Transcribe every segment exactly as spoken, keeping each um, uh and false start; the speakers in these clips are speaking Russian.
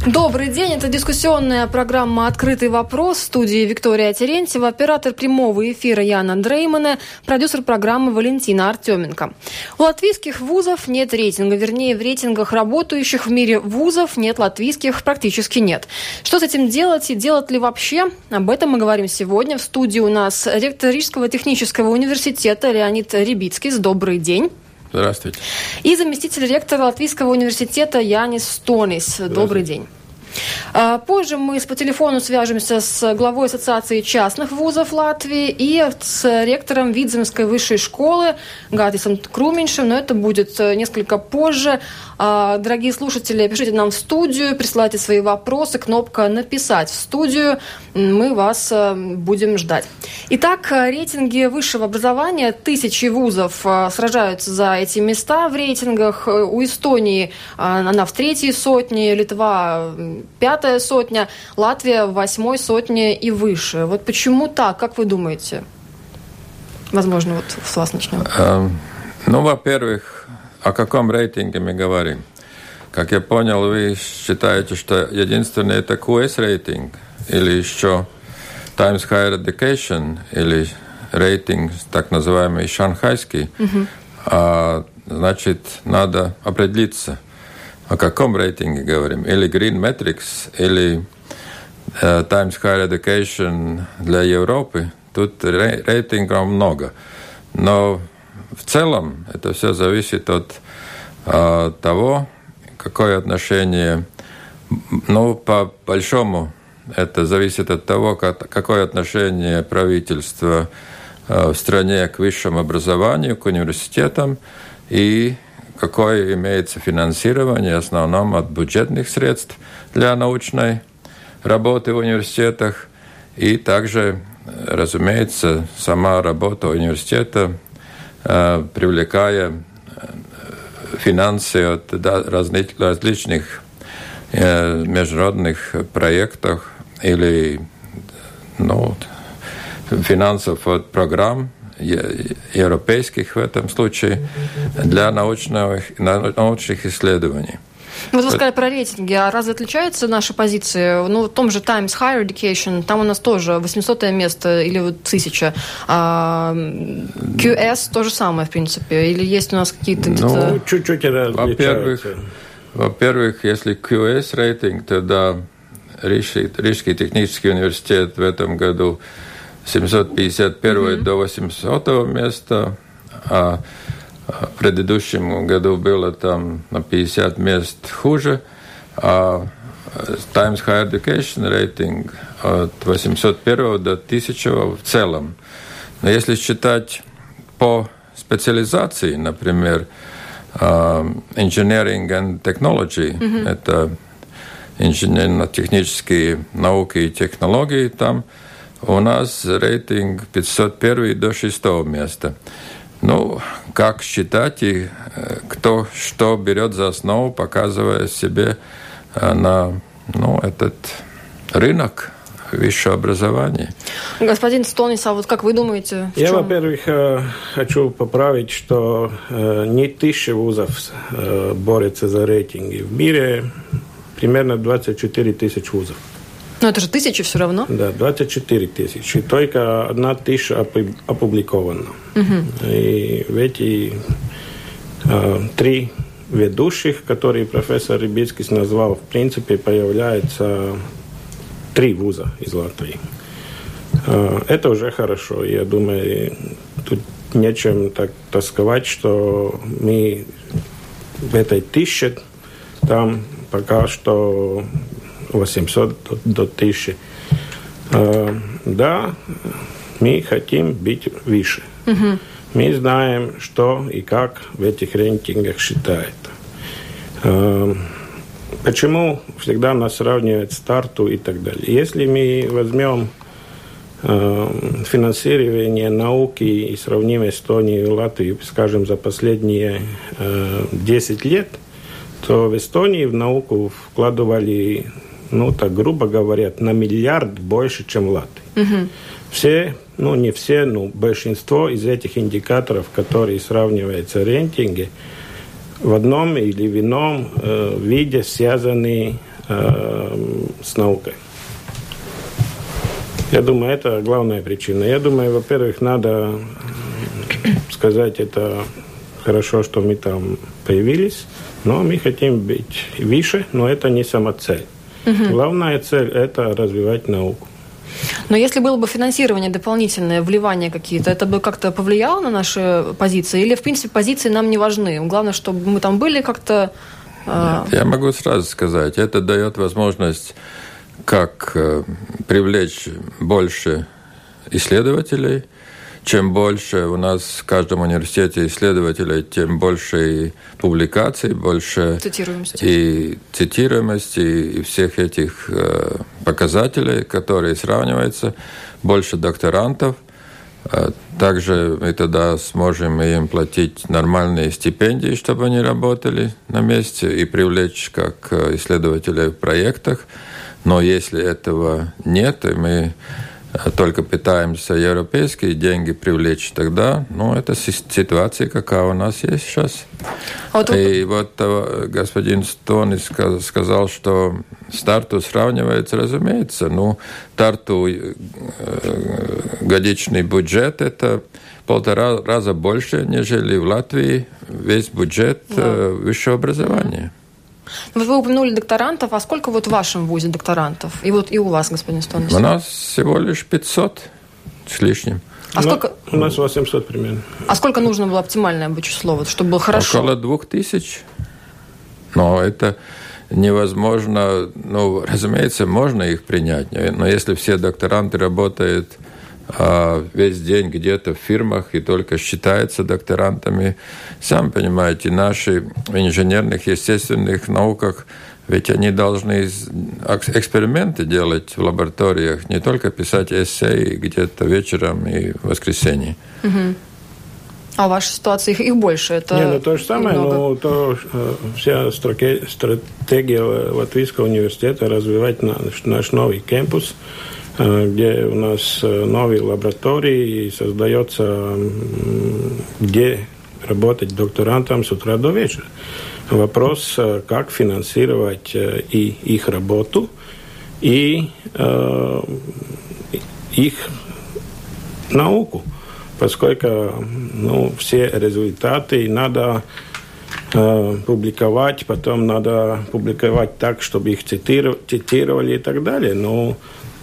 Добрый день. Это дискуссионная программа «Открытый вопрос». В студии Виктория Терентьева, оператор прямого эфира Яна Дреймане, продюсер программы Валентина Артеменко. У латвийских вузов нет рейтинга. Вернее, в рейтингах работающих в мире вузов нет латвийских, практически нет. Что с этим делать и делать ли вообще? Об этом мы говорим сегодня. В студии у нас ректор Рижского технического университета Леонид Рибицкис. Добрый день. Здравствуйте. И заместитель ректора Латвийского университета Янис Стонис. Добрый день. Позже мы по телефону свяжемся с главой Ассоциации частных вузов Латвии и с ректором Видземской высшей школы Гатисом Круминшем, но это будет несколько позже. Дорогие слушатели, пишите нам в студию, присылайте свои вопросы, кнопка «Написать в студию», мы вас будем ждать. Итак, рейтинги высшего образования, тысячи вузов сражаются за эти места в рейтингах. У Эстонии она в третьей сотне, Литва пятая сотня, Латвия в восьмой сотне и выше. Вот почему так, как вы думаете? Возможно, вот с вас начнем. Um, ну, во-первых, о каком рейтинге мы говорим? Как я понял, вы считаете, что единственный это кью эс рейтинг, или еще Times Higher Education, или рейтинг так называемый шанхайский. Uh-huh. А, значит, надо определиться, о каком рейтинге говорим. Или Green Metrics, или uh, Times Higher Education для Европы. Тут рейтингов много. Но в целом это все зависит от uh, того, какое отношение, ну, по-большому, это зависит от того, как, какое отношение правительства uh, в стране к высшему образованию, к университетам, и какое имеется финансирование, в основном от бюджетных средств для научной работы в университетах. И также, разумеется, сама работа университета, э, привлекая финансы от разли- различных э, международных проектов или ну, финансов от программ, европейских в этом случае, для научных, научных исследований. Вот вы сказали про рейтинги, а разве отличаются наши позиции? Ну, в том же Times Higher Education, там у нас тоже восьмисотое место или вот тысяча. А кью эс то же самое, в принципе, или есть у нас какие-то... Ну, чуть-чуть во-первых, во-первых, если кью эс рейтинг, тогда Рижский, Рижский технический университет в этом году семьсот пятьдесят первое mm-hmm. до восьмисотого места, а в предыдущем году было там на пятьдесят мест хуже, а Times Higher Education рейтинг от восемьсот первого до тысячного в целом. Но если считать по специализации, например, Engineering and Technology, mm-hmm. это инженерно-технические науки и технологии, там у нас рейтинг пятьсот первое до шестого места. Ну, как считать и кто что берет за основу, показывая себе на ну, этот рынок высшего образования. Господин Стонис, а вот как вы думаете? Я, чем? во-первых, хочу поправить, что не тысячи вузов борются за рейтинги. В мире примерно двадцать четыре тысячи вузов. Но это же тысячи все равно. Да, двадцать четыре тысячи. Только одна тысяча опубликована. Угу. И в эти э, три ведущих, которые профессор Рибицкис назвал, в принципе, появляются три вуза из Латвии. Э, это уже хорошо. Я думаю, тут нечем так тосковать, что мы в этой тысяче там пока что восемьсот до тысячи. Э, да, мы хотим быть выше. Угу. Мы знаем, что и как в этих рейтингах считают. Э, почему всегда нас сравнивают с старту и так далее. Если мы возьмем э, финансирование науки и сравним Эстонию и Латвию, скажем, за последние э, десять лет, то в Эстонии в науку вкладывали, ну, так грубо говоря, на миллиард больше, чем в Латвии. Угу. Все, ну, не все, но большинство из этих индикаторов, которые сравниваются в рейтинге, в одном или в ином э, виде связаны э, с наукой. Я думаю, это главная причина. Я думаю, во-первых, надо сказать, это хорошо, что мы там появились, но мы хотим быть выше, но это не самоцель. Угу. Главная цель – это развивать науку. Но если было бы финансирование дополнительное, вливания какие-то, это бы как-то повлияло на наши позиции? Или, в принципе, позиции нам не важны? Главное, чтобы мы там были как-то... Э... Я могу сразу сказать, это дает возможность как э, привлечь больше исследователей. Чем больше у нас в каждом университете исследователей, тем больше и публикаций, больше цитируемости. и цитируемости, и всех этих э, показателей, которые сравниваются, больше докторантов. Э, также мы тогда сможем им платить нормальные стипендии, чтобы они работали на месте, и привлечь как исследователей в проектах. Но если этого нет, и мы только пытаемся европейские деньги привлечь, тогда, ну, это ситуация, какая у нас есть сейчас. Вот и вот господин Стонис сказал, что с Тарту сравнивается, разумеется. Ну, Тарту годичный бюджет – это полтора раза больше, нежели в Латвии весь бюджет да. высшего образования. Вот вы упомянули докторантов, а сколько вот в вашем вузе докторантов? И вот и у вас, господин Стонис? У нас всего лишь пятьсот с лишним. А сколько... У нас восемьсот примерно. А сколько нужно было оптимальное бы число, вот, чтобы было хорошо? Около двух тысяч. Но это невозможно, ну, разумеется, можно их принять, но если все докторанты работают а весь день где-то в фирмах и только считаются докторантами. Сами понимаете, наши в инженерных, естественных науках, ведь они должны эксперименты делать в лабораториях, не только писать эссе где-то вечером и в воскресенье. Угу. А в вашей ситуации их, их больше? Это не, ну то же самое, но то, вся стратегия Латвийского университета развивать наш, наш новый кампус, где у нас новые лаборатории, и создается, где работать докторантам с утра до вечера. Вопрос, как финансировать и их работу, и э, их науку, поскольку ну, все результаты надо э, публиковать, потом надо публиковать так, чтобы их цитировали и так далее. Но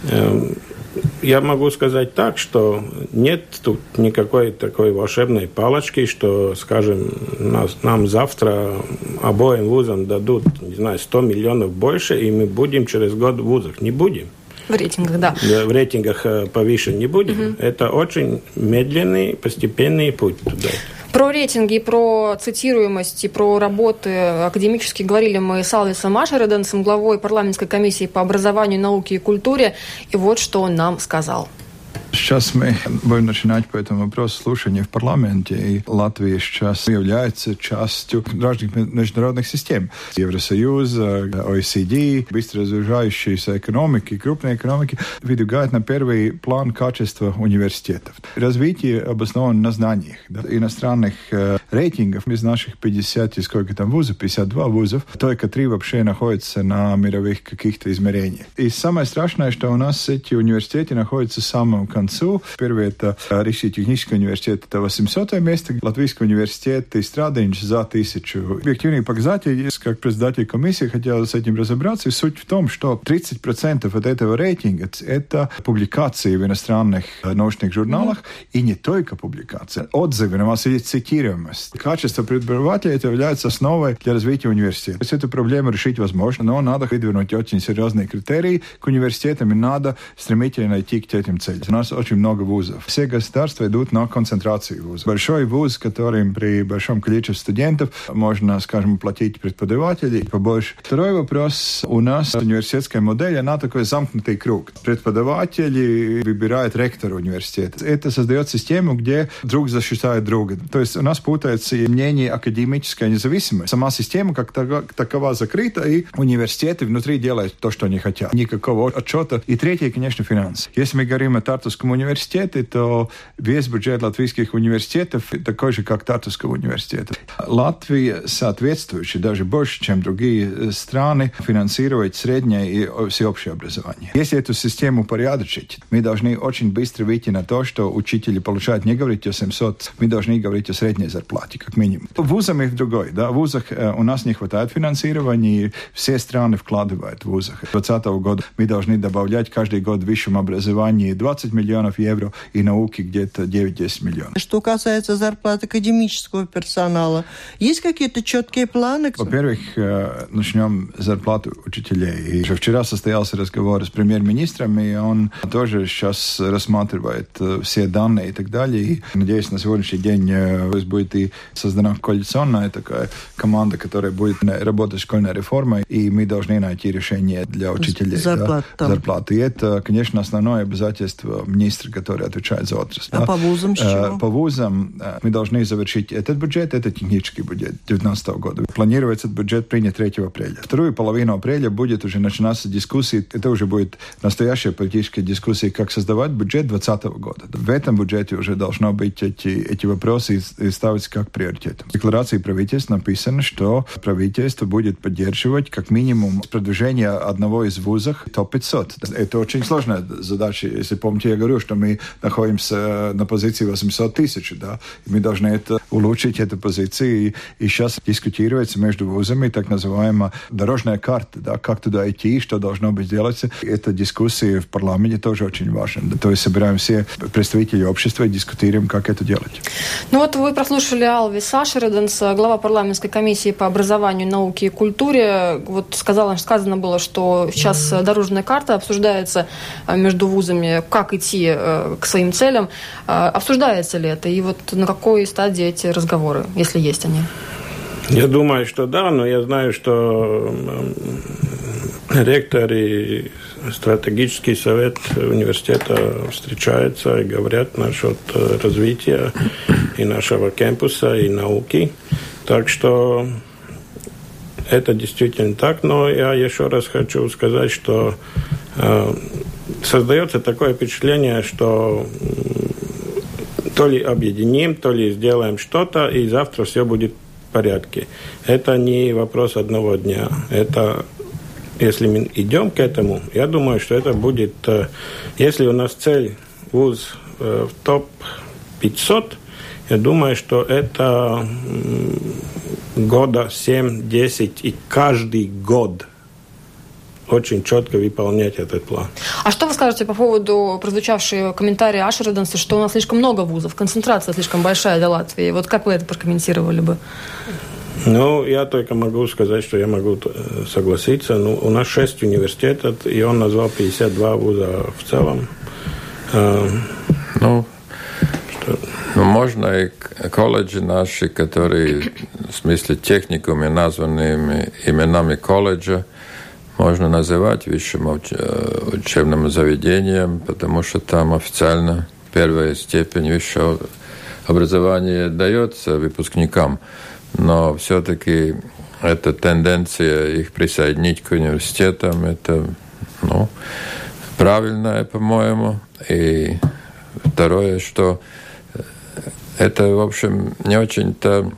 я могу сказать так, что нет тут никакой такой волшебной палочки, что, скажем, нас, нам завтра обоим вузам дадут, не знаю, сто миллионов больше, и мы будем через год в вузах. Не будем. В рейтингах, да. В рейтингах повыше не будем. Угу. Это очень медленный, постепенный путь туда. Про рейтинги, про цитируемость и про работы академические говорили мы с Алвисом Ашереденсом, главой парламентской комиссии по образованию, науке и культуре. И вот что он нам сказал. Сейчас мы будем начинать по этому вопросу слушания в парламенте, и Латвия сейчас является частью разных международных систем. Евросоюза, о и си ди, быстро развивающиеся экономики, крупные экономики выдвигают на первый план качество университетов. Развитие обосновано на знаниях. Да? Иностранных э, рейтингов из наших пятьдесят, и сколько там вузов, пятьдесят два вузов, только три вообще находятся на мировых каких-то измерениях. И самое страшное, что у нас эти университеты находятся в самом конце. Первый это Рижский технический университет, это восьмисотое место, Латвийский университет и Страдинч за тысячу. Объективные показатели, как председатель комиссии хотел с этим разобраться, и суть в том, что тридцать процентов от этого рейтинга это публикации в иностранных научных журналах, mm-hmm. и не только публикации, отзывы, у нас есть цитируемость. Качество преподавателя это является основой для развития университета. То есть эту проблему решить возможно, но надо выдвинуть очень серьезные критерии к университетам, и надо стремительно идти к этим целям. У нас очень много вузов. Все государства идут на концентрацию вузов. Большой вуз, которым при большом количестве студентов можно, скажем, платить преподавателей побольше. Второй вопрос. У нас университетская модель, она такой замкнутый круг. Преподаватели выбирают ректора университета. Это создает систему, где друг защищает друга. То есть у нас путается касается мнения академической независимости. Сама система как такова закрыта, и университеты внутри делают то, что они хотят. Никакого отчета. И третье, конечно, финансы. Если мы говорим о Тартуском университете, то весь бюджет латвийских университетов такой же, как Тартуского университета. Латвия соответствующая, даже больше, чем другие страны, финансирует среднее и всеобщее образование. Если эту систему упорядочить, мы должны очень быстро выйти на то, что учители получают, не говорить о семьсот, мы должны говорить о средней зарплате, как минимум. Вузам их другой. Да? В вузах э, у нас не хватает финансирования, и все страны вкладывают в вузах. С двадцатого года мы должны добавлять каждый год в высшем образовании двадцать миллионов евро и науки где-то девять-десять миллионов. Что касается зарплат академического персонала, есть какие-то четкие планы? Во-первых, э, начнем с зарплаты учителей. И еще вчера состоялся разговор с премьер-министром, и он тоже сейчас рассматривает э, все данные и так далее. И, надеюсь, на сегодняшний день э, будет и создана коалиционная такая команда, которая будет работать с школьной реформой, и мы должны найти решение для учителей. Зарплат, да, зарплаты. И это, конечно, основное обязательство министра, который отвечает за отрасль. А да. по вузам с чего? По вузам мы должны завершить этот бюджет, это технический бюджет две тысячи девятнадцатого года. Планируется этот бюджет принят третьего апреля. Вторую половину апреля будет уже начинаться дискуссия, это уже будет настоящая политическая дискуссия, как создавать бюджет двадцатого года. В этом бюджете уже должно быть эти, эти вопросы и ставиться как приоритетом. В декларации правительства написано, что правительство будет поддерживать как минимум продвижение одного из вузов топ пятьсот. Это очень сложная задача. Если помните, я говорю, что мы находимся на позиции восемьсот тысяч, да, и мы должны это улучшить, эту позицию. И, и сейчас дискутируется между вузами так называемая дорожная карта, да, как туда идти, что должно быть сделать. Эта дискуссия в парламенте тоже очень важна. То есть собираем все представители общества и дискутируем, как это делать. Ну вот вы прослушали Алвис Ашереденс, глава парламентской комиссии по образованию, науке и культуре. Вот сказала, сказано было, что сейчас дорожная карта обсуждается между вузами, как идти к своим целям. Обсуждается ли это? И вот на какой стадии эти разговоры, если есть они? Я думаю, что да, но я знаю, что ректор и стратегический совет университета встречаются и говорят насчет развития и нашего кампуса, и науки. Так что это действительно так. Но я еще раз хочу сказать, что э, создается такое впечатление, что то ли объединим, то ли сделаем что-то, и завтра все будет в порядке. Это не вопрос одного дня. Это, если мы идем к этому, я думаю, что это будет, если у нас цель вуз в топ пятьсот, я думаю, что это года семь-десять, и каждый год очень четко выполнять этот план. А что вы скажете по поводу прозвучавшего комментария Ашереденса, что у нас слишком много вузов, концентрация слишком большая для Латвии? Вот как вы это прокомментировали бы? Ну, я только могу сказать, что я могу согласиться. Ну, у нас шесть университетов, и он назвал пятьдесят два вуза в целом. Ну, что? Ну, можно и колледжи наши, которые, в смысле техникуме, названными именами колледжа, можно называть высшим учебным заведением, потому что там официально первая степень высшего образования дается выпускникам. Но все-таки эта тенденция их присоединить к университетам, это, ну, правильная, по-моему. И второе, что это, в общем, не очень-то,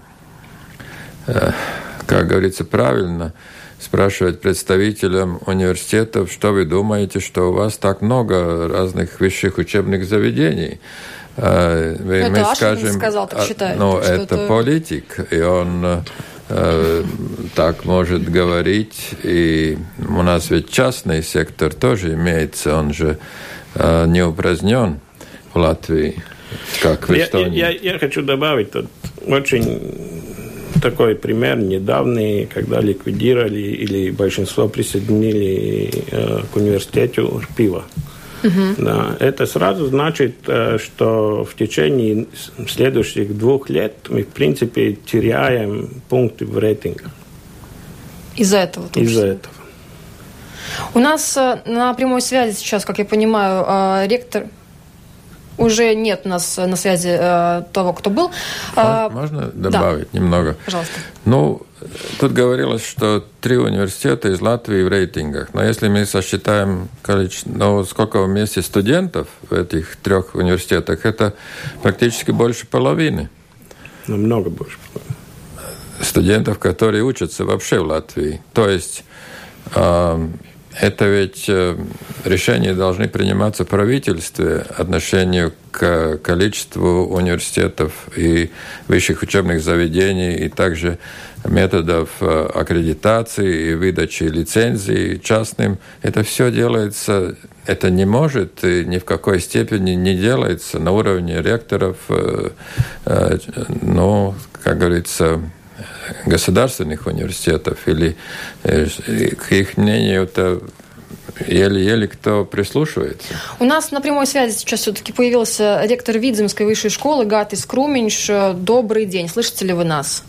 как говорится, правильно спрашивать представителям университетов, что вы думаете, что у вас так много разных высших учебных заведений. Мы, это мы Ашин скажем, сказал, так считает. Ну, это, это политик, и он э, так может говорить. И у нас ведь частный сектор тоже имеется, он же э, не упразднен в Латвии, как в Эстонии. Я, я, я хочу добавить тут очень такой пример недавний, когда ликвидировали или большинство присоединили э, к университету Пива. Uh-huh. Да, это сразу значит, что в течение следующих двух лет мы, в принципе, теряем пункты в рейтинге. Из-за этого? Из-за этого. У нас на прямой связи сейчас, как я понимаю, ректор Уже нет у нас на связи э, того, кто был. Можно, можно добавить да. немного? Пожалуйста. Ну, тут говорилось, что три университета из Латвии в рейтингах. Но если мы сосчитаем количество, ну, сколько вместе студентов в этих трех университетах, это практически больше половины. Намного больше. Студентов, которые учатся вообще в Латвии. То есть э, это ведь э, решения должны приниматься в правительстве отношению к количеству университетов и высших учебных заведений, и также методов э, аккредитации и выдачи лицензий частным. Это все делается, это не может и ни в какой степени не делается на уровне ректоров, э, э, ну, как говорится, государственных университетов, или э, к их мнению это еле-еле кто прислушивается. У нас на прямой связи сейчас все-таки появился ректор Видземской высшей школы Гатис Круминш. Добрый день. Слышите ли вы нас?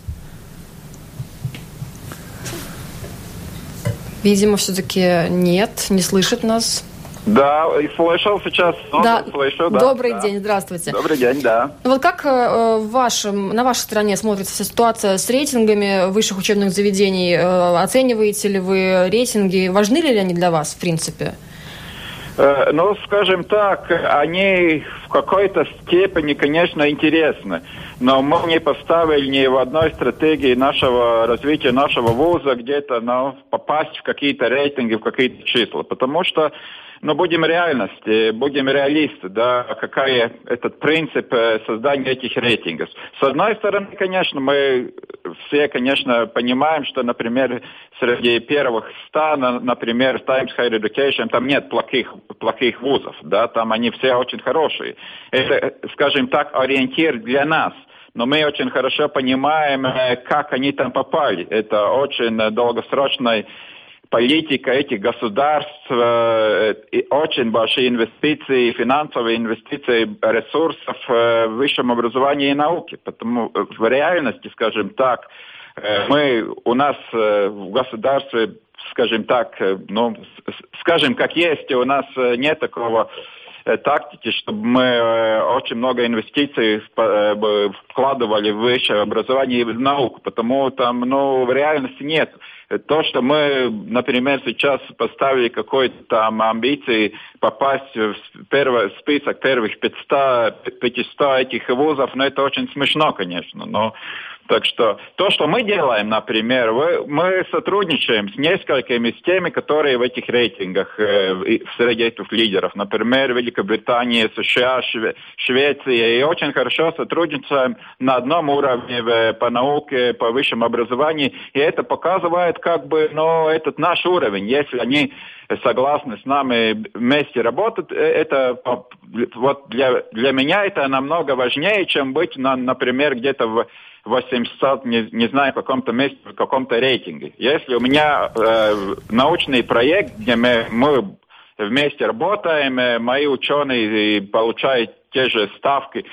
Видимо, все-таки нет, не слышит нас. Да, и слышал сейчас. Да. Слышу, да. Добрый да. день, здравствуйте. Добрый день, да. Вот как э, в вашем, на вашей стране смотрится ситуация с рейтингами высших учебных заведений? Э, оцениваете ли вы рейтинги? Важны ли они для вас, в принципе? Э, ну, скажем так, они в какой-то степени, конечно, интересны. Но мы не поставили ни в одной стратегии нашего развития нашего вуза где-то ну, попасть в какие-то рейтинги, в какие-то числа. Потому что но будем реальности, будем реалисты, да, какой этот принцип создания этих рейтингов. С одной стороны, конечно, мы все, конечно, понимаем, что, например, среди первых ста, например, Times Higher Education, там нет плохих, плохих вузов, да, там они все очень хорошие. Это, скажем так, ориентир для нас. Но мы очень хорошо понимаем, как они там попали. Это очень долгосрочный политика этих государств, э, очень большие инвестиции, финансовые инвестиции ресурсов э, в высшем образовании и науке. Потому в реальности, скажем так, э, мы у нас э, в государстве, скажем так, э, ну, скажем как есть, у нас э, нет такого э, тактики, чтобы мы э, очень много инвестиций э, вкладывали в высшее образование и в науку, потому там, ну, в реальности нет. То, что мы, например, сейчас поставили какой-то там амбиции попасть в первый список первых пятисот этих вузов, ну, это очень смешно, конечно, но так что то, что мы делаем, например, мы сотрудничаем с несколькими с теми, которые в этих рейтингах э, среди этих лидеров. Например, Великобритания, США, Швеция. И очень хорошо сотрудничаем на одном уровне в, по науке, по высшему образованию. И это показывает как бы, ну, этот наш уровень. Если они согласны с нами вместе работать, это вот для, для меня это намного важнее, чем быть, на, например, где-то в восемьсот, не, не знаю, в каком-то месте, в каком-то рейтинге. Если у меня э, научный проект, где мы, мы вместе работаем, э, мои ученые получают те же ставки,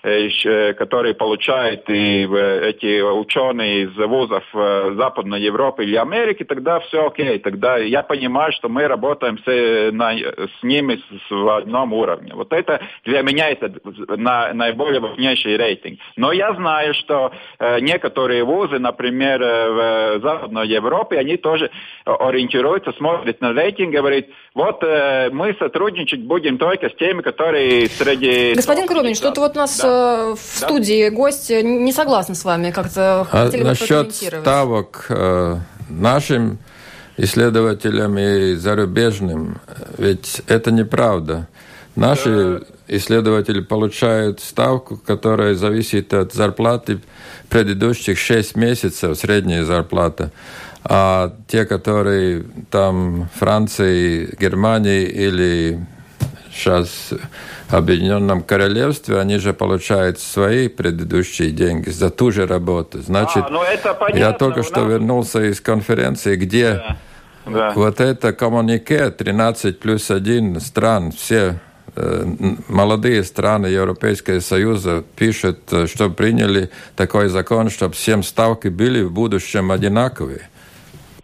э, которые получают и э, эти ученые из вузов э, Западной Европы или Америки, тогда все окей. Тогда я понимаю, что мы работаем с, на, с ними с, в одном уровне. Вот это для меня это на, наиболее важнейший рейтинг. Но я знаю, что э, некоторые вузы, например, в Западной Европе, они тоже ориентируются, смотрят на рейтинг, говорят, вот э, мы сотрудничать будем только с теми, которые среди... Господин Круминш, что-то вот у нас да. в студии да. гость не согласен с вами, как-то а хотели бы прокомментировать. Насчет ставок э, нашим исследователям и зарубежным, ведь это неправда. Наши да. исследователи получают ставку, которая зависит от зарплаты предыдущих шесть месяцев, средняя зарплата. А те, которые там Франции, Германии или сейчас в Объединенном Королевстве, они же получают свои предыдущие деньги за ту же работу. Значит, а, ну это понятно, я только что нас... вернулся из конференции, где да. Да. вот это коммунике тринадцать плюс один стран, все э, молодые страны Европейского Союза пишут, что приняли такой закон, чтобы всем ставки были в будущем одинаковые.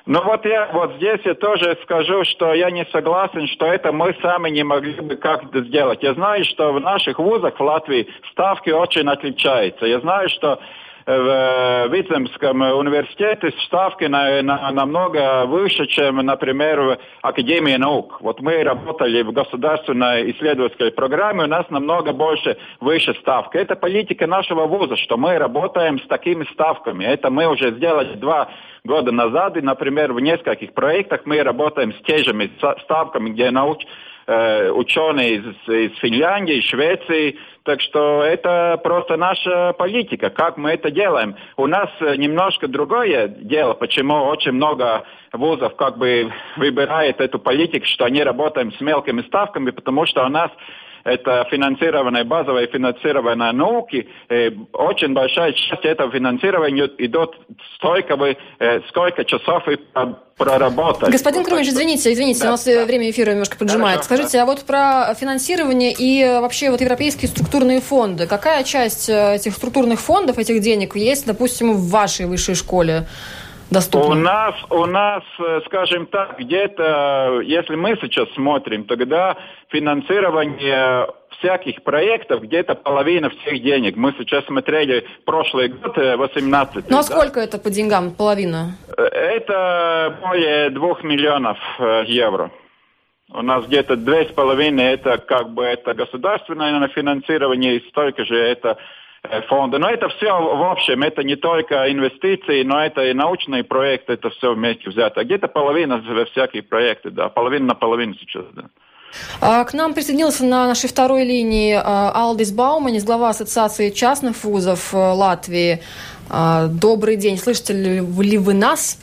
Ну вот я вот здесь я тоже скажу, что я не согласен, что это мы сами не могли бы как-то сделать. Я знаю, что в наших вузах в Латвии ставки очень отличаются. Я знаю, что в Витебском университете ставки на, на, намного выше, чем, например, в Академии наук. Вот мы работали в государственной исследовательской программе, у нас намного больше, выше ставка. Это политика нашего вуза, что мы работаем с такими ставками. Это мы уже сделали два года назад, и, например, в нескольких проектах мы работаем с теми же ставками, где науч ученые из, из Финляндии, Швеции. Так что это просто наша политика, как мы это делаем. У нас немножко другое дело, почему очень много вузов как бы выбирает эту политику, что они работают с мелкими ставками, потому что у нас это финансирование, базовое финансирование науки, э, очень большая часть этого финансирования идет столько, вы, э, сколько часов вы проработали. Господин Крумич, извините, извините, да, у нас да. время эфира немножко поджимает. Хорошо, Скажите, да. а вот про финансирование и вообще вот европейские структурные фонды, какая часть этих структурных фондов, этих денег есть, допустим, в вашей высшей школе? Доступно. У нас, у нас, скажем так, где-то, если мы сейчас смотрим, тогда финансирование всяких проектов где-то половина всех денег. Мы сейчас смотрели прошлый год, восемнадцать. Ну а сколько это по деньгам, половина? Это более двух миллионов евро. У нас где-то две с половиной это как бы это государственное финансирование, и столько же это фонды. Но это все в общем, это не только инвестиции, но это и научные проекты, это все вместе взято. Где-то половина во всякие проекты, да, половина на половину сейчас, да. А к нам присоединился на нашей второй линии Алдис Бауманис, глава Ассоциации частных вузов Латвии. Добрый день, слышите ли вы нас?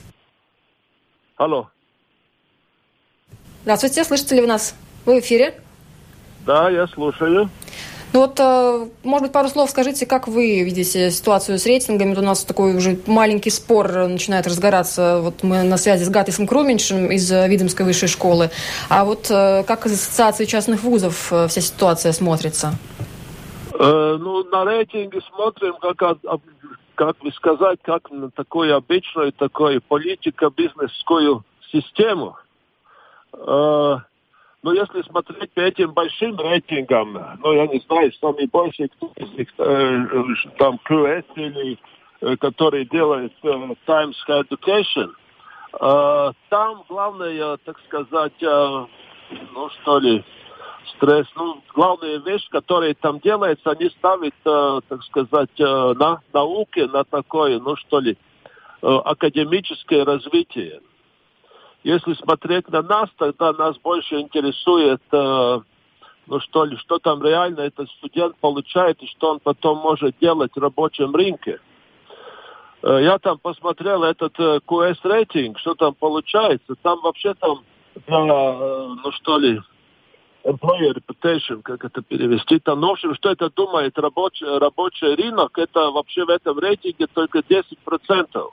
Алло. Здравствуйте, слышите ли вы нас? Вы в эфире? Да, я слушаю. Ну вот, может быть, пару слов скажите, как вы видите ситуацию с рейтингами? У нас такой уже маленький спор начинает разгораться. Вот мы на связи с Гатисом Круминшем из Видемской высшей школы. А вот как из Ассоциации частных вузов вся ситуация смотрится? Э, ну, на рейтинге смотрим, как, как бы сказать, как на такую обычную такую политико-бизнесскую систему. Э, Но если смотреть по этим большим рейтингам, ну, я не знаю, самый большой, кто из них, э, там, кью эс или э, который делает э, Times Higher Education, э, там главное, так сказать, э, ну, что ли, стресс, ну, главная вещь, которая там делается, они ставят, э, так сказать, э, на науке, на такое, ну, что ли, э, академическое развитие. Если смотреть на нас, тогда нас больше интересует, э, ну что ли, что там реально этот студент получает и что он потом может делать в рабочем рынке. Э, я там посмотрел этот э, кью эс рейтинг, что там получается. Там вообще там, для, э, ну что ли, employer reputation, как это перевести, там, ну, в общем, что это думает рабочий, рабочий рынок, это вообще в этом рейтинге только десять процентов.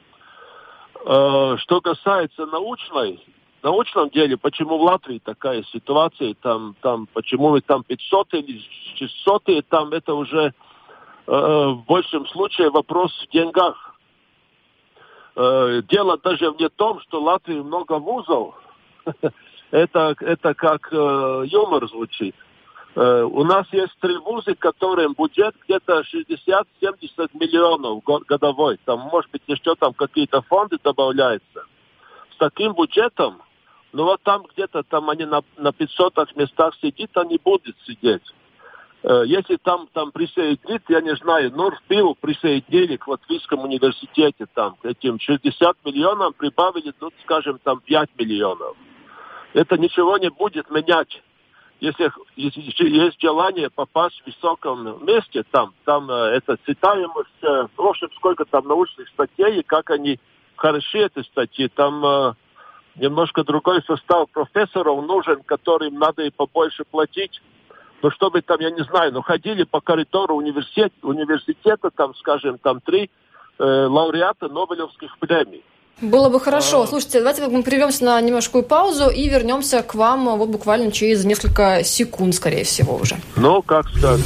Что касается научной, научном деле, почему в Латвии такая ситуация, там, там, почему вы там пятьсот или шестьсот, и там это уже э, в большем случае вопрос в деньгах. Э, дело даже не в том, что в Латвии много вузов, это, это как э, юмор звучит. Uh, у нас есть три вуза, которым бюджет где-то шестьдесят-семьдесят миллионов годовой. Там, может быть, еще там какие-то фонды добавляются. С таким бюджетом, ну вот там где-то там они на, на пятьсот местах сидят, они будут сидеть. Uh, если там, там присоединить, я не знаю, Норфпил присоединили к Латвийском университете, там, к этим шестьдесят миллионам прибавили, ну, скажем, там пять миллионов. Это ничего не будет менять. Если, если есть желание попасть в высоком месте, там, там это цитаемость, в общем, сколько там научных статей, и как они хороши, эти статьи, там э, немножко другой состав профессоров нужен, которым надо и побольше платить. Но чтобы там, я не знаю, ну ходили по коридору университета, университета там, скажем, там три э, лауреата Нобелевских премий. Было бы хорошо. Слушайте, давайте мы прервемся на немножкую паузу и вернемся к вам вот буквально через несколько секунд, скорее всего, уже. Ну, как сказать.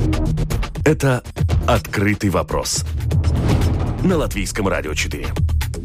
Это «Открытый вопрос» на Латвийском радио четыре.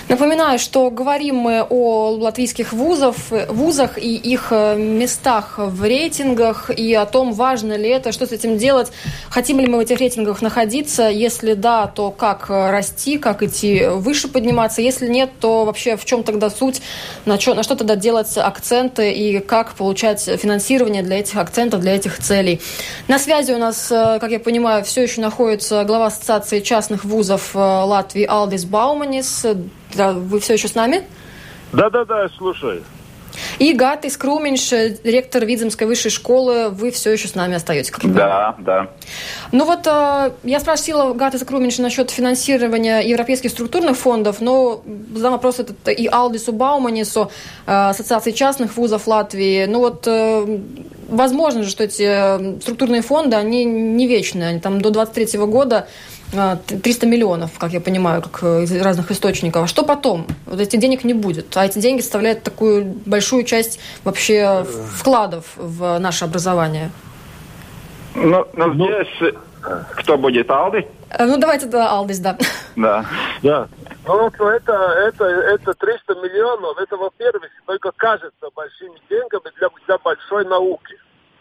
Напоминаю, что говорим мы о латвийских вузах, вузах и их местах в рейтингах, и о том, важно ли это, что с этим делать, хотим ли мы в этих рейтингах находиться, если да, то как расти, как идти выше подниматься, если нет, то вообще в чем тогда суть, на что, на что тогда делать акценты и как получать финансирование для этих акцентов, для этих целей. На связи у нас, как я понимаю, все еще находится глава Ассоциации частных вузов Латвии Алдис Бауманис. Да, вы все еще с нами? Да-да-да, слушаю. И Гатис Круминш, ректор Видземской высшей школы, вы все еще с нами остаетесь, как я понимаю. Да, да. Ну вот э, я спросила Гатиса Круминша насчет финансирования европейских структурных фондов, но задам вопрос этот и Алдису Бауманису, э, Ассоциации частных вузов Латвии. Ну вот э, возможно же, что эти структурные фонды, они не вечные, они там до двадцать третьего года триста миллионов, как я понимаю, как из разных источников. А что потом? Вот этих денег не будет. А эти деньги составляют такую большую часть вообще вкладов в наше образование. Ну, ну здесь кто будет? Алдис? Ну, давайте, да, Алдис, да. Да. Да. Ну, это, это, это триста миллионов, это, во-первых, только кажется большими деньгами для, для большой науки.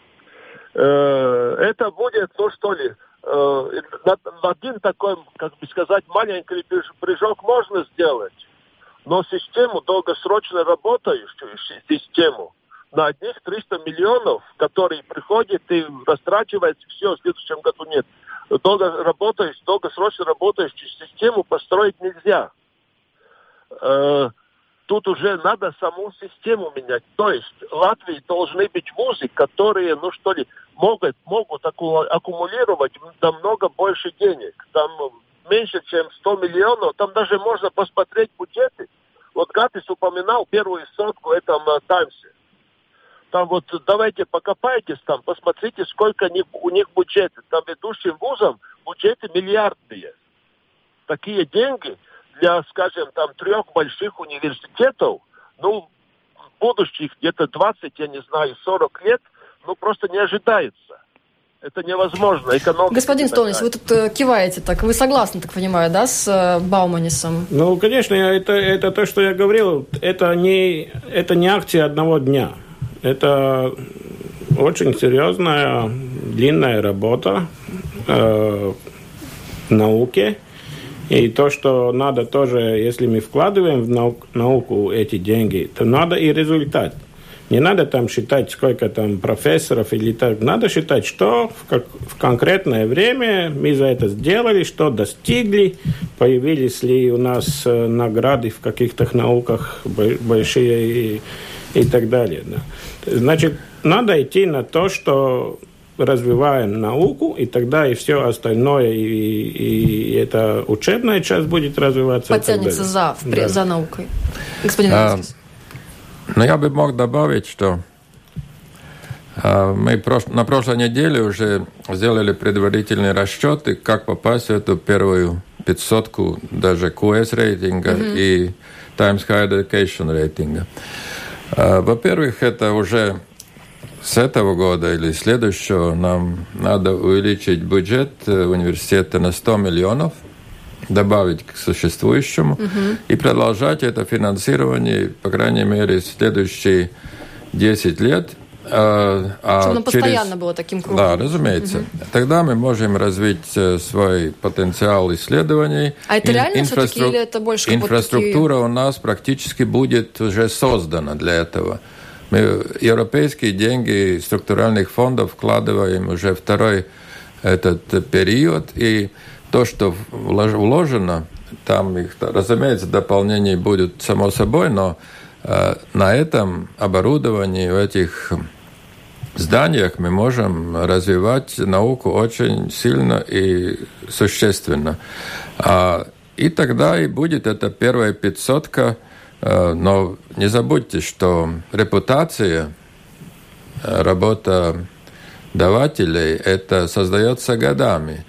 Это будет, ну, что ли, один такой, как бы сказать, маленький прыжок можно сделать, но систему, долгосрочно работающую систему, на одних триста миллионов, которые приходят и растрачиваются, все, в следующем году нет. Долго работающую, долгосрочно работающую систему построить нельзя. Тут уже надо саму систему менять. То есть в Латвии должны быть вузы, которые, ну что ли, могут, могут аккумулировать намного больше денег. Там меньше, чем сто миллионов. Там даже можно посмотреть бюджеты. Вот Гатис упоминал первую сотку в этом Таймсе. Там вот давайте покопайтесь там, посмотрите, сколько у них бюджеты. Там ведущим вузам бюджеты миллиардные. Такие деньги для, скажем, там трех больших университетов, ну, будущих где-то двадцать, я не знаю, сорок лет, ну, просто не ожидается. Это невозможно. Экономика. Господин Столнис, вы тут э, киваете так. Вы согласны, так понимаю, да, с э, Бауманисом? Ну, конечно, это, это то, что я говорил. Это не, это не акция одного дня. Это очень серьезная, длинная работа э, в науке. И то, что надо тоже, если мы вкладываем в науку, науку эти деньги, то надо и результат. Не надо там считать, сколько там профессоров или так. Надо считать, что в, как, в конкретное время мы за это сделали, что достигли, появились ли у нас э, награды в каких-то науках большие и, и так далее. Да. Значит, надо идти на то, что развиваем науку, и тогда и все остальное, и, и, и эта учебная часть будет развиваться. Потянется за, да. за наукой. Господин а, Ну, я бы мог добавить, что а, мы прош... на прошлой неделе уже сделали предварительные расчеты, как попасть в эту первую пятисотку даже кью эс рейтинга mm-hmm. и Times Higher Education рейтинга. А, во-первых, это уже с этого года или следующего нам надо увеличить бюджет университета на сто миллионов, добавить к существующему угу. и продолжать это финансирование, по крайней мере, следующие десять лет. А, а Чтобы оно через... постоянно было таким кругом. Да, разумеется. Угу. Тогда мы можем развить свой потенциал исследований. А это реально Инфраструк... все-таки или это больше... Инфраструктура такие... у нас практически будет уже создана для этого. Мы европейские деньги структуральных фондов вкладываем уже второй этот период, и то, что вложено, там их, разумеется, дополнения будут само собой, но э, на этом оборудовании, в этих зданиях мы можем развивать науку очень сильно и существенно. А, и тогда и будет эта первая пятисотка. Но не забудьте, что репутация, работа давателей, это создается годами.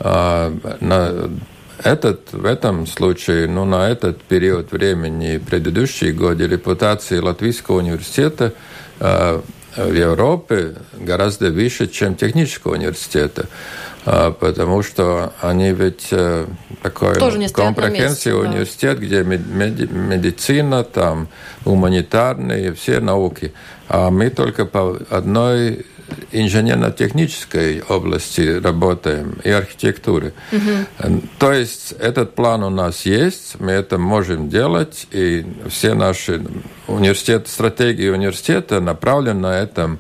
На этот, в этом случае, ну, на этот период времени, предыдущие годы, репутация Латвийского университета в Европе гораздо выше, чем технического университета. потому что они ведь такой компрехенсивный университет, где медицина, там гуманитарные, все науки. А мы только по одной инженерно-технической области работаем и архитектуры. Uh-huh. То есть этот план у нас есть, мы это можем делать, и все наши университеты, стратегии университета направлены на этом.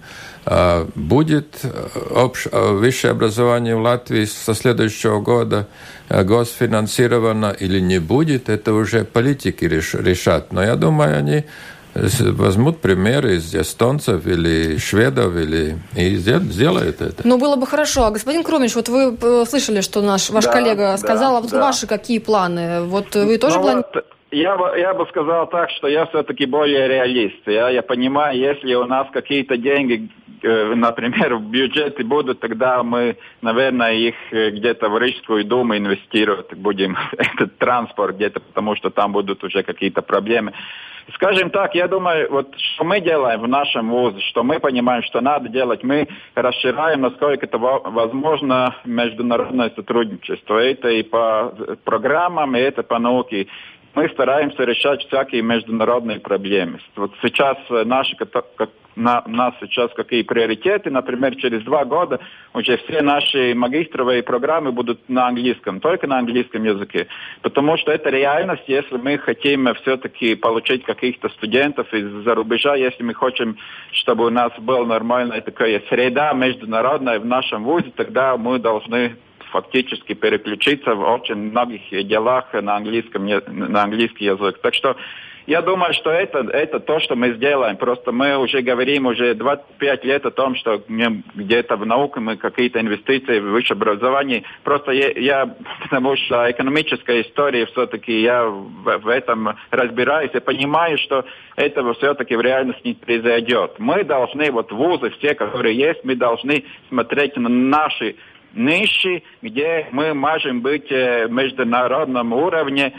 Будет общ... высшее образование в Латвии со следующего года госфинансировано или не будет, это уже политики решат. Но я думаю, они возьмут примеры из эстонцев или шведов или и сделают это. Ну, было бы хорошо. А господин Круминш, вот вы слышали, что наш ваш да, коллега сказал, да, а вот да. ваши какие планы? Вот вы тоже ну, планируете? Вот, я, бы, я бы сказал так, что я все-таки более реалист. Я, я понимаю, если у нас какие-то деньги, например, в бюджете будут, тогда мы, наверное, их где-то в Рижскую думу инвестировать будем, этот транспорт где-то, потому что там будут уже какие-то проблемы. Скажем так, я думаю, вот что мы делаем в нашем вузе, что мы понимаем, что надо делать, мы расширяем, насколько это возможно, международное сотрудничество. Это и по программам, и это по науке. Мы стараемся решать всякие международные проблемы. Вот сейчас наши, как, на, нас сейчас какие приоритеты, например, через два года уже все наши магистровые программы будут на английском, только на английском языке. Потому что это реальность, если мы хотим все-таки получить каких-то студентов из-за рубежа, если мы хотим, чтобы у нас была нормальная такая среда международная в нашем вузе, тогда мы должны фактически переключиться в очень многих делах на английском, на английский язык. Так что я думаю, что это, это то, что мы сделаем. Просто мы уже говорим уже двадцать пять лет о том, что где-то в науке мы какие-то инвестиции в высшее образование. Просто я, я потому что экономическая история все-таки я в, в этом разбираюсь и понимаю, что этого все-таки в реальности не произойдет. Мы должны, вот вузы все, которые есть, мы должны смотреть на наши ниши, где мы можем быть в международном уровне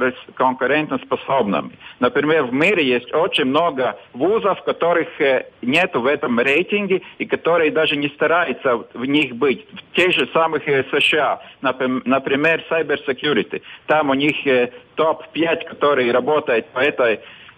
конкурентоспособными. Например, в мире есть очень много вузов, которых нет в этом рейтинге и которые даже не стараются в них быть. В тех же самых США, например, Cyber Security. Там у них топ пять, которые работают по этой,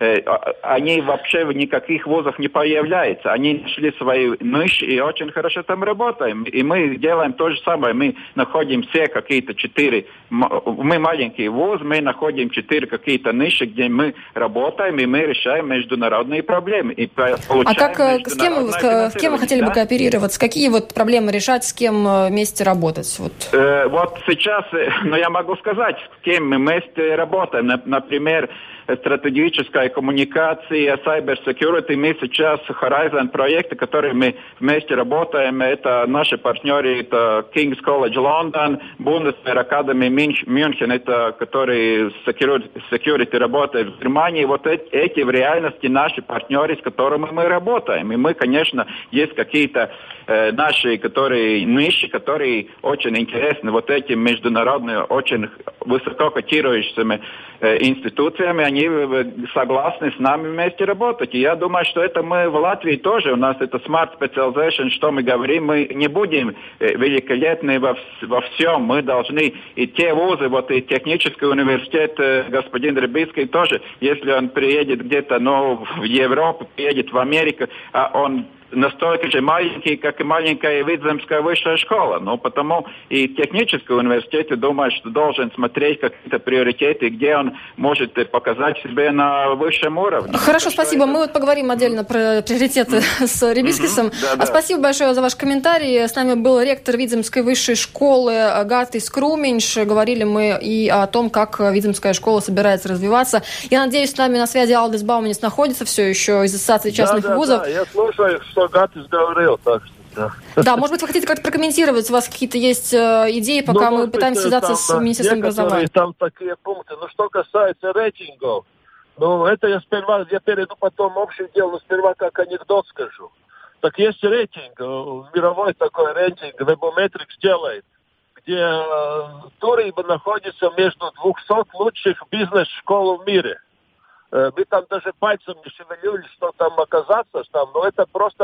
они вообще в никаких вузах не появляются. Они нашли свою нишу и очень хорошо там работаем. И мы делаем то же самое. Мы находим все какие-то четыре... Мы маленький вуз, мы находим четыре какие-то ниши, где мы работаем, и мы решаем международные проблемы. И а как, с кем, с кем вы хотели да? бы кооперироваться? Какие вот проблемы решать, с кем вместе работать? Вот, э, вот сейчас, ну, я могу сказать, с кем мы вместе работаем. Например, стратегическая коммуникация, cyber security. Мы сейчас Horizon проекты, которые мы вместе работаем. Это наши партнеры, это King's College London, Bundeswehr Academy Мюнхен, это которые security, security работают в Германии. Вот эти, эти в реальности наши партнеры, с которыми мы работаем. И мы, конечно, есть какие-то э, наши, которые ниши, которые очень интересны вот этим международным, очень высоко котирующимися э, институциями. Они согласны с нами вместе работать. И я думаю, что это мы в Латвии тоже. У нас это Smart Specialization, что мы говорим, мы не будем великолепны во, во всем. Мы должны, и те вузы, вот и технический университет, господин Рябицкий тоже, если он приедет где-то, ну, в Европу, приедет в Америку, а он настолько же маленький, как и маленькая Видземская высшая школа. Ну, потому и технический университет, я думаю, что должен смотреть какие-то приоритеты, где он может показать себя на высшем уровне. Хорошо, спасибо. Это... Мы вот поговорим отдельно про приоритеты mm-hmm. с Рябицкисом. Mm-hmm. Да, да. Спасибо большое за ваш комментарий. С нами был ректор Видземской высшей школы Гартис Круминш. Говорили мы и о том, как Видземская школа собирается развиваться. Я надеюсь, с нами на связи Алдис Бауманис находится все еще из Ассоциации частных да, да, вузов. Да, я слушаю, что Гатис говорил, так что да. Да, может быть, вы хотите как-то прокомментировать, у вас какие-то есть э, идеи, пока ну, мы пытаемся связаться там, с Министерством образования. Там такие пункты. Ну, что касается рейтингов, ну, это я сперва, я перейду потом общее дело, но сперва как анекдот скажу. Так есть рейтинг, мировой такой рейтинг, Webometrics делает, где э, Туриба находится между двухсот лучших бизнес-школ в мире. Мы там даже пальцем не шевелили, что там оказаться, там, но это просто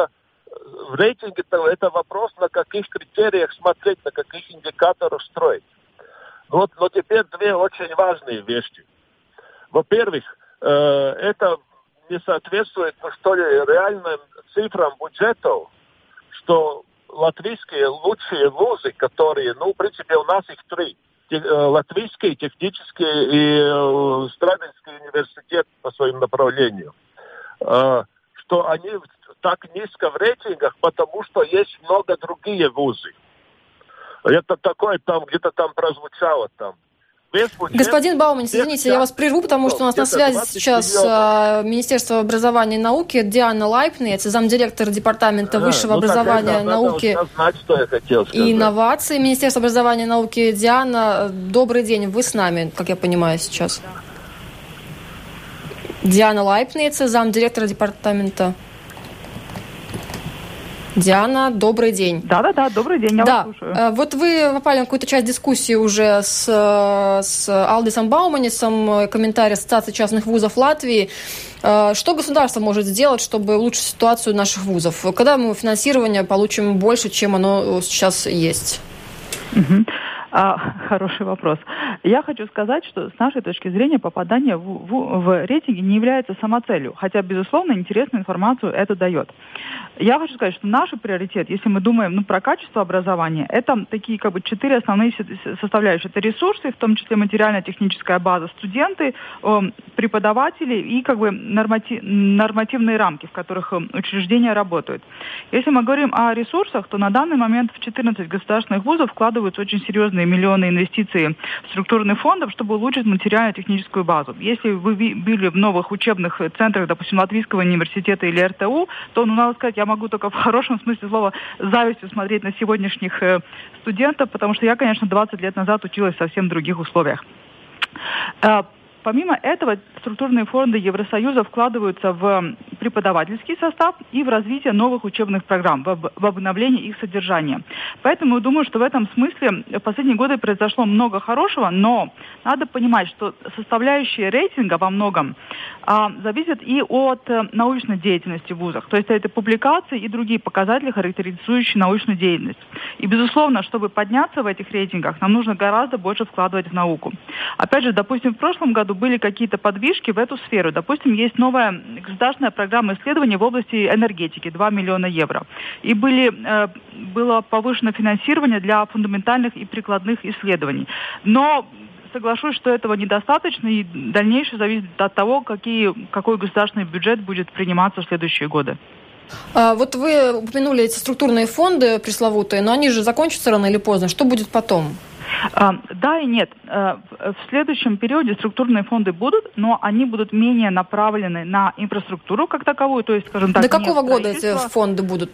в рейтинге это вопрос, на каких критериях смотреть, на каких индикаторах строить. Вот, но теперь две очень важные вещи. Во-первых, э, это не соответствует, ну, что ли, реальным цифрам бюджетов, что латвийские лучшие вузы, которые, ну, в принципе, у нас их три. Латвийский, технический и э, Страдинский университет по своим направлениям. Э, что они так низко в рейтингах, потому что есть много другие вузы. Это такое там, где-то там прозвучало там. Господин Бауман, извините, я вас прерву, потому что у нас на связи сейчас а, Министерство образования и науки, Диана Лайпнец, замдиректора Департамента высшего а, ну, образования, тогда, науки знать, что я хотел сказать. И инноваций Министерства образования и науки. Диана, добрый день, вы с нами, как я понимаю сейчас. Диана Лайпнец, замдиректора Департамента. Диана, добрый день. Да-да-да, добрый день, я да. вас слушаю. Вот вы попали на какую-то часть дискуссии уже с, с Алдисом Бауманисом, комментарий Ассоциации частных вузов Латвии. Что государство может сделать, чтобы улучшить ситуацию наших вузов? Когда мы финансирование получим больше, чем оно сейчас есть? Угу. А, хороший вопрос. Я хочу сказать, что с нашей точки зрения попадание в, в, в рейтинги не является самоцелью, хотя, безусловно, интересную информацию это дает. Я хочу сказать, что наш приоритет, если мы думаем ну, про качество образования, это такие как бы четыре основные составляющие. Это ресурсы, в том числе материально-техническая база, студенты, э, преподаватели и как бы норматив, нормативные рамки, в которых э, учреждения работают. Если мы говорим о ресурсах, то на данный момент в четырнадцать государственных вузов вкладываются очень серьезные миллионы инвестиций в структурных фондов, чтобы улучшить материально-техническую базу. Если вы были в новых учебных центрах, допустим, Латвийского университета или эр тэ у, то, ну, надо сказать, я могу только в хорошем смысле слова с завистью смотреть на сегодняшних э, студентов, потому что я, конечно, двадцать лет назад училась в совсем других условиях. Э, Помимо этого, структурные фонды Евросоюза вкладываются в преподавательский состав и в развитие новых учебных программ, в обновление их содержания. Поэтому я думаю, что в этом смысле в последние годы произошло много хорошего, но надо понимать, что составляющие рейтинга во многом а, зависят и от а, научной деятельности в вузах. То есть это публикации и другие показатели, характеризующие научную деятельность. И, безусловно, чтобы подняться в этих рейтингах, нам нужно гораздо больше вкладывать в науку. Опять же, допустим, в прошлом году были какие-то подвижки в эту сферу. Допустим, есть новая государственная программа исследований в области энергетики, два миллиона евро. И были, э, было повышено финансирование для фундаментальных и прикладных исследований. Но соглашусь, что этого недостаточно, и дальнейшее зависит от того, какие, какой государственный бюджет будет приниматься в следующие годы. А вот вы упомянули эти структурные фонды пресловутые, но они же закончатся рано или поздно. Что будет потом? Да и нет. В следующем периоде структурные фонды будут, но они будут менее направлены на инфраструктуру как таковую, то есть, скажем так, до какого года эти фонды будут?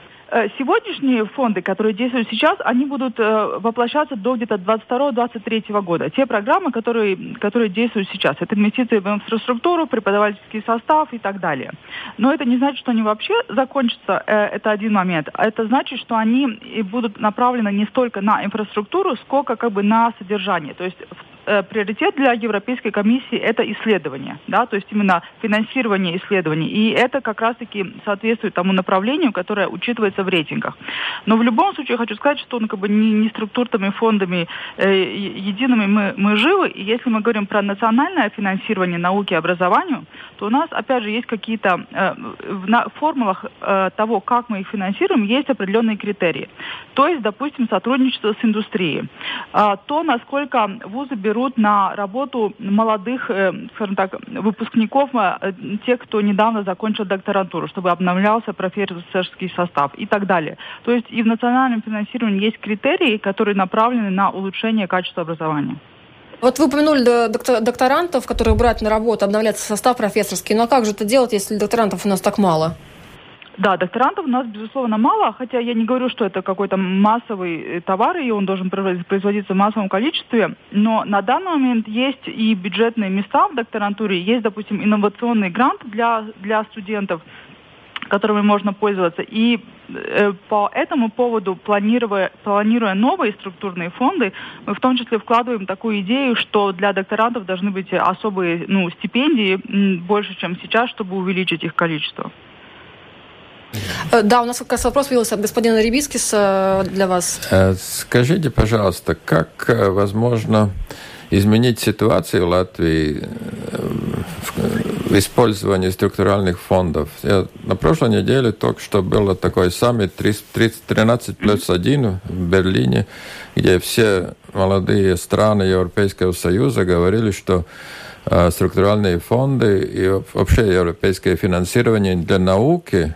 Сегодняшние фонды, которые действуют сейчас, они будут э, воплощаться до где-то двадцать второго - двадцать третьего года. Те программы, которые, которые действуют сейчас, это инвестиции в инфраструктуру, преподавательский состав и так далее. Но это не значит, что они вообще закончатся, э, это один момент. Это значит, что они будут направлены не столько на инфраструктуру, сколько как бы на содержание. То есть э, приоритет для Европейской комиссии это исследование, да, то есть именно финансирование исследований. И это как раз-таки соответствует тому направлению, которое учитывается в рейтингах. Но в любом случае хочу сказать, что ну, как бы не, не структурными фондами э, едиными мы, мы живы. И если мы говорим про национальное финансирование науки и образованию, то у нас, опять же, есть какие-то э, в, на, в формулах э, того, как мы их финансируем, есть определенные критерии. То есть, допустим, сотрудничество с индустрией. А, то, насколько вузы берут на работу молодых, э, скажем так, выпускников, э, тех, кто недавно закончил докторантуру, чтобы обновлялся профессорский состав и так далее. То есть и в национальном финансировании есть критерии, которые направлены на улучшение качества образования. Вот вы упомянули доктор, докторантов, которые брать на работу, обновляться состав профессорский. Но как же это делать, если докторантов у нас так мало? Да, докторантов у нас, безусловно, мало, хотя я не говорю, что это какой-то массовый товар, и он должен производиться в массовом количестве, но на данный момент есть и бюджетные места в докторантуре, есть, допустим, инновационный грант для, для студентов, которыми можно пользоваться. И э, по этому поводу, планируя, планируя новые структурные фонды, мы в том числе вкладываем такую идею, что для докторантов должны быть особые ну, стипендии м, больше, чем сейчас, чтобы увеличить их количество. Да, у нас как раз вопрос появился от господина Рибицкиса для вас. Скажите, пожалуйста, как возможно изменить ситуацию в Латвии в использовании структуральных фондов? Я на прошлой неделе только что был такой саммит тринадцать плюс один в Берлине, где все молодые страны Европейского Союза говорили, что структуральные фонды и вообще европейское финансирование для науки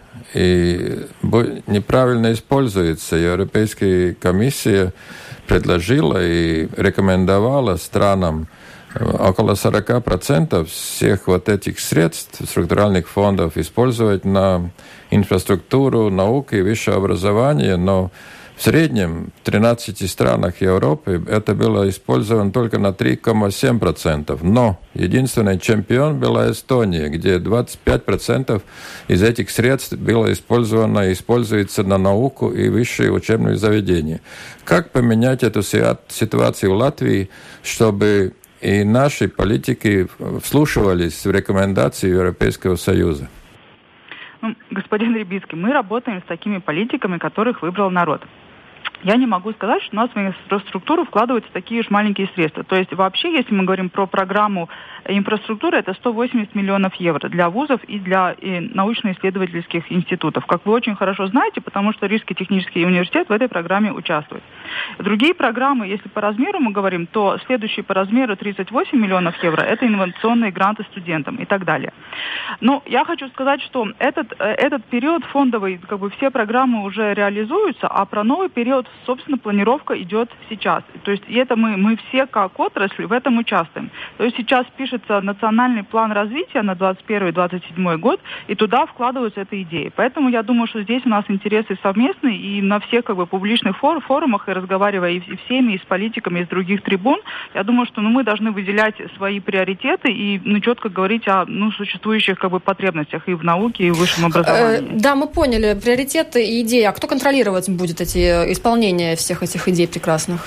и неправильно используется. Европейская комиссия предложила и рекомендовала странам около сорок процентов всех вот этих средств структуральных фондов использовать на инфраструктуру, науку и высшее образование, но в среднем в тринадцати странах Европы это было использовано только на три целых семь десятых процента. Но единственный чемпион была Эстония, где двадцать пять процентов из этих средств было использовано и используется на науку и высшие учебные заведения. Как поменять эту ситуацию в Латвии, чтобы и наши политики вслушивались в рекомендации Европейского Союза? Ну, господин Рибицкий, мы работаем с такими политиками, которых выбрал народ. Я не могу сказать, что у нас в инфраструктуру вкладываются такие уж маленькие средства. То есть вообще, если мы говорим про программу инфраструктуры, это сто восемьдесят миллионов евро для вузов и для и научно-исследовательских институтов. Как вы очень хорошо знаете, потому что Рижский технический университет в этой программе участвует. Другие программы, если по размеру мы говорим, то следующие по размеру тридцать восемь миллионов евро – это инновационные гранты студентам и так далее. Но я хочу сказать, что этот, этот период фондовый, как бы все программы уже реализуются, а про новый период, собственно, планировка идет сейчас. То есть и это мы, мы все как отрасль в этом участвуем. То есть сейчас пишется национальный план развития на двадцать первый - двадцать седьмой год, и туда вкладываются эти идеи. Поэтому я думаю, что здесь у нас интересы совместные, и на всех как бы публичных фор- форумах, и разговаривая и всеми, и с политиками, и с других трибун, я думаю, что ну, мы должны выделять свои приоритеты и ну, четко говорить о ну, существующих как бы потребностях и в науке, и в высшем образовании. Да, мы поняли приоритеты и идеи. А кто контролировать будет эти исполнения всех этих идей прекрасных?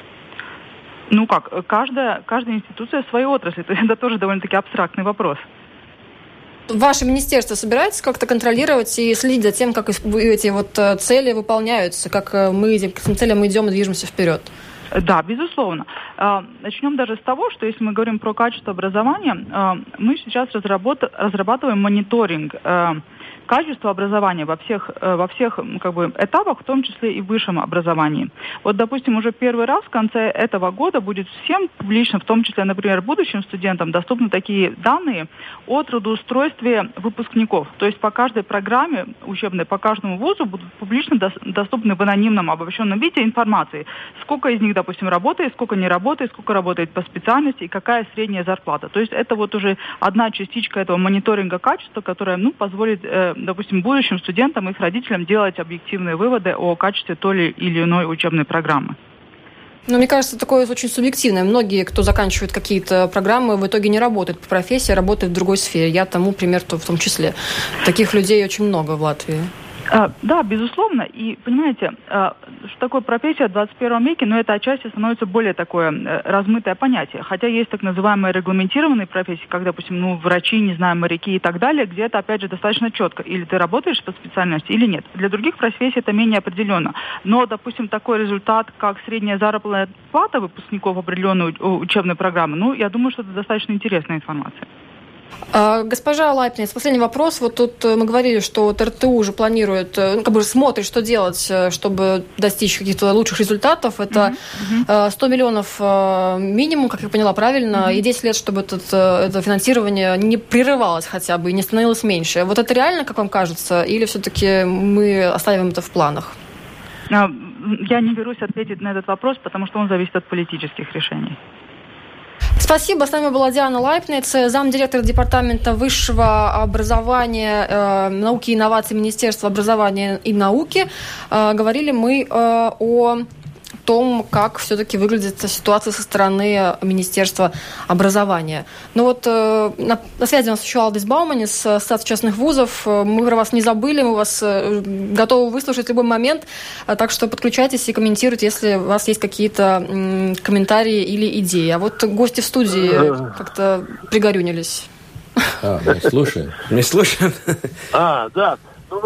Ну как, каждая, каждая институция в своей отрасли. То есть это тоже довольно-таки абстрактный вопрос. Ваше министерство собирается как-то контролировать и следить за тем, как эти вот цели выполняются, как мы к этим целям идем и движемся вперед? Да, безусловно. Начнем даже с того, что если мы говорим про качество образования, мы сейчас разрабатываем мониторинг качество образования во всех, во всех как бы, этапах, в том числе и в высшем образовании. Вот, допустим, уже первый раз в конце этого года будет всем публично, в том числе, например, будущим студентам, доступны такие данные о трудоустройстве выпускников. То есть по каждой программе учебной, по каждому вузу будут публично доступны в анонимном обобщенном виде информации. Сколько из них, допустим, работает, сколько не работает, сколько работает по специальности и какая средняя зарплата. То есть это вот уже одна частичка этого мониторинга качества, которая ну, позволит допустим, будущим студентам и их родителям делать объективные выводы о качестве той или иной учебной программы. Ну, мне кажется, такое очень субъективное. Многие, кто заканчивает какие-то программы, в итоге не работают по профессии, а работают в другой сфере. Я тому пример в том числе. Таких людей очень много в Латвии. А, да, безусловно. И, понимаете, а, что такое профессия в двадцать первом веке, но это отчасти становится более такое а, размытое понятие. Хотя есть так называемые регламентированные профессии, как, допустим, ну, врачи, не знаю, моряки и так далее, где это, опять же, достаточно четко. Или ты работаешь по специальности, или нет. Для других профессий это менее определенно. Но, допустим, такой результат, как средняя заработная плата выпускников определенной учебной программы, ну, я думаю, что это достаточно интересная информация. Госпожа Лайпнец, последний вопрос. Вот тут мы говорили, что вот эр тэ у уже планирует, ну, как бы смотрит, что делать, чтобы достичь каких-то лучших результатов. Это mm-hmm. сто миллионов минимум, как я поняла правильно, mm-hmm. и десять лет, чтобы этот, это финансирование не прерывалось хотя бы и не становилось меньше. Вот это реально, как вам кажется, или все-таки мы оставим это в планах? Я не берусь ответить на этот вопрос, потому что он зависит от политических решений. Спасибо. С нами была Диана Лайпнец, замдиректора департамента высшего образования, э, науки и инноваций Министерства образования и науки. Э, говорили мы э, о том, как все-таки выглядит ситуация со стороны Министерства образования. Ну вот э, на, на связи у нас еще Алдис Бауманис с Ассоциации частных вузов. Мы про вас не забыли, мы вас э, готовы выслушать в любой момент, э, так что подключайтесь и комментируйте, если у вас есть какие-то э, комментарии или идеи. А вот гости в студии как-то пригорюнились. А, мы слушаем. Не слушаем. А, да. Ну,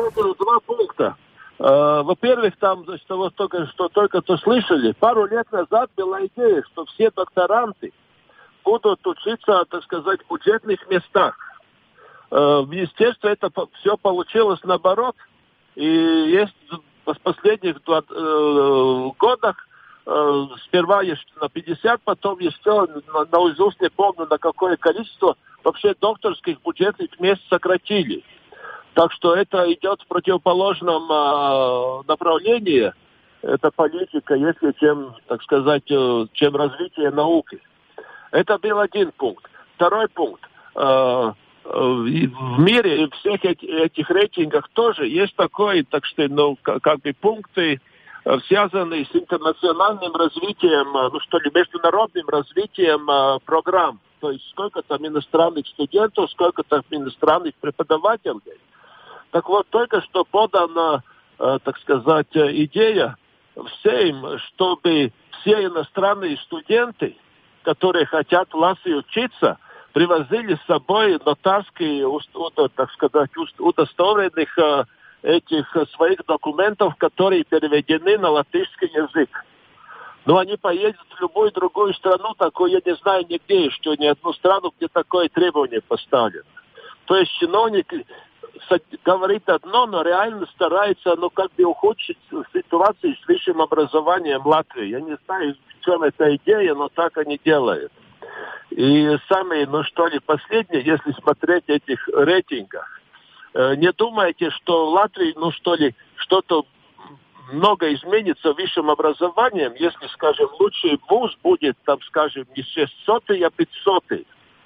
два пункта. Uh, во-первых, там, то есть, того, только, что только-то слышали, пару лет назад была идея, что все докторанты будут учиться, так сказать, в бюджетных местах. Uh, в министерстве это все получилось наоборот. И есть в последних uh, годах uh, сперва есть на пятьдесят, потом еще на, наизусть не помню, на какое количество вообще докторских бюджетных мест сократили. Так что это идет в противоположном э, направлении, эта политика, если чем, так сказать, э, чем развитие науки. Это был один пункт. Второй пункт. Э, э, в мире, в всех эти, этих рейтингах тоже есть такой, так что, ну, как, как бы пункты, э, связанные с интернациональным развитием, э, ну что ли, международным развитием э, программ. То есть сколько там иностранных студентов, сколько там иностранных преподавателей. Так вот, только что подана, э, так сказать, идея всем, чтобы все иностранные студенты, которые хотят в Латвии учиться, привозили с собой нотарские, так сказать, удостоверенных э, этих своих документов, которые переведены на латышский язык. Но они поедут в любую другую страну, такой я не знаю нигде, что ни одну страну, где такое требование поставлено. То есть чиновник говорит одно, но реально старается, ну, как бы ухудшить ситуацию с высшим образованием Латвии. Я не знаю, в чем эта идея, но так они делают. И самое, ну, что ли, последнее, если смотреть этих рейтингах, э, не думайте, что в Латвии, ну, что ли, что-то много изменится высшим образованием, если, скажем, лучший вуз будет, там, скажем, не шестисотый, а пятисотый.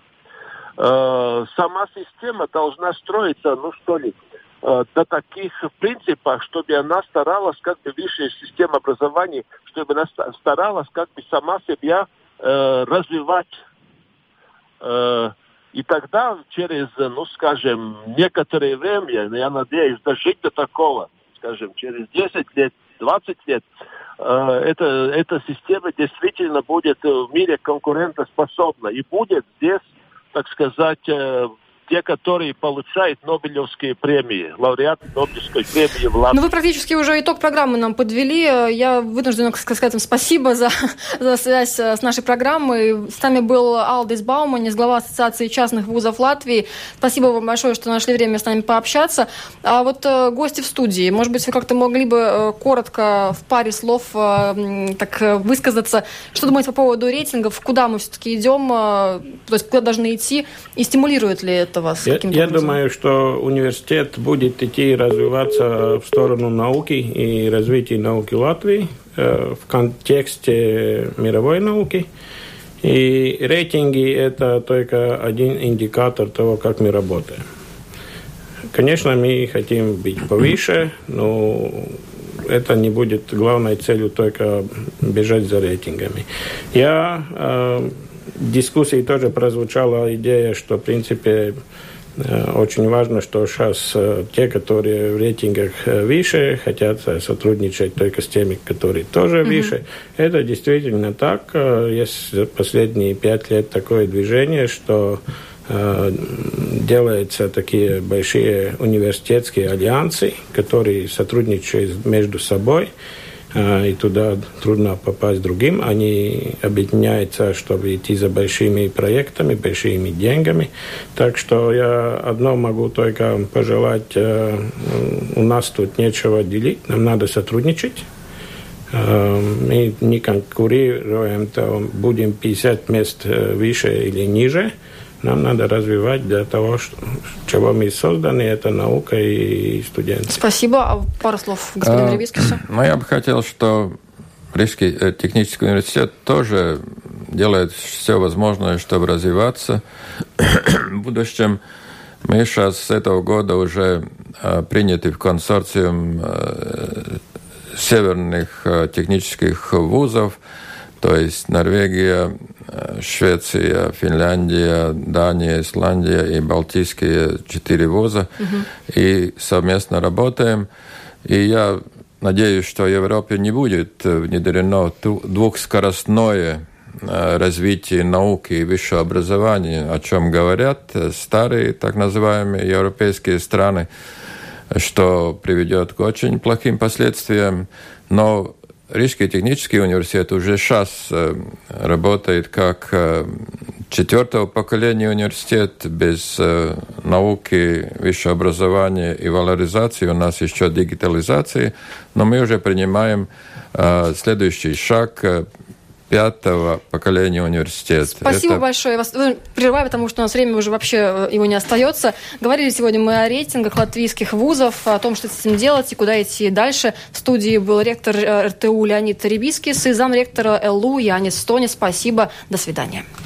Э, сама система должна строиться, ну что ли, э, на таких принципах, чтобы она старалась, как бы, высшая система образования, чтобы она старалась, как бы, сама себя э, развивать. Э, и тогда через, ну, скажем, некоторое время, я надеюсь, дожить до такого, скажем, через десять лет, двадцать лет, э, эта, эта система действительно будет в мире конкурентоспособна и будет здесь, так сказать, э, те, которые получают Нобелевские премии, лауреаты Нобелевской премии в Латвии. Ну, вы практически уже итог программы нам подвели. Я вынуждена сказать вам спасибо за, за связь с нашей программой. С нами был Алдис Бауманис, глава Ассоциации частных вузов Латвии. Спасибо вам большое, что нашли время с нами пообщаться. А вот э, гости в студии, может быть, вы как-то могли бы э, коротко в паре слов э, так э, высказаться, что думаете по поводу рейтингов, куда мы все-таки идем, э, то есть куда должны идти, и стимулирует ли это вас? Я, я думаю, что университет будет идти и развиваться в сторону науки и развития науки Латвии э, в контексте мировой науки. И рейтинги – это только один индикатор того, как мы работаем. Конечно, мы хотим быть повыше, но это не будет главной целью только бежать за рейтингами. Я... Э, В дискуссии тоже прозвучала идея, что, в принципе, очень важно, что сейчас те, которые в рейтингах выше, хотят сотрудничать только с теми, которые тоже mm-hmm. выше. Это действительно так. Есть последние пять лет такое движение, что делаются такие большие университетские альянсы, которые сотрудничают между собой. И туда трудно попасть другим. Они объединяются, чтобы идти за большими проектами, большими деньгами. Так что я одно могу только пожелать. У нас тут нечего делить, нам надо сотрудничать. Мы не конкурируем, то будем пятьдесят мест выше или ниже. Нам надо развивать для того, что, чего мы созданы, это наука и студенты. Спасибо. А пару слов господину а, Рибицкису. Ну, я бы хотел, что Рижский технический университет тоже делает все возможное, чтобы развиваться. В будущем мы сейчас с этого года уже приняты в консорциум северных технических вузов, то есть Норвегия, Швеция, Финляндия, Дания, Исландия и Балтийские четыре вуза. Uh-huh. И совместно работаем. И я надеюсь, что в Европе не будет внедрено двухскоростное развитие науки и высшего образования, о чем говорят старые так называемые европейские страны. что приведет к очень плохим последствиям. Но Рижский технический университет уже сейчас работает как четвертого поколения университет без науки, высшего образования и валоризации. У нас еще дигитализация, но мы уже принимаем следующий шаг пятого поколения университета. Спасибо Это... большое. Я вас прерываю, потому что у нас время уже вообще его не остается. Говорили сегодня мы о рейтингах латвийских вузов, о том, что с этим делать и куда идти дальше. В студии был ректор эр тэ у Леонид Рибицкис и замректора эл ю Янис Стонис. Спасибо. До свидания.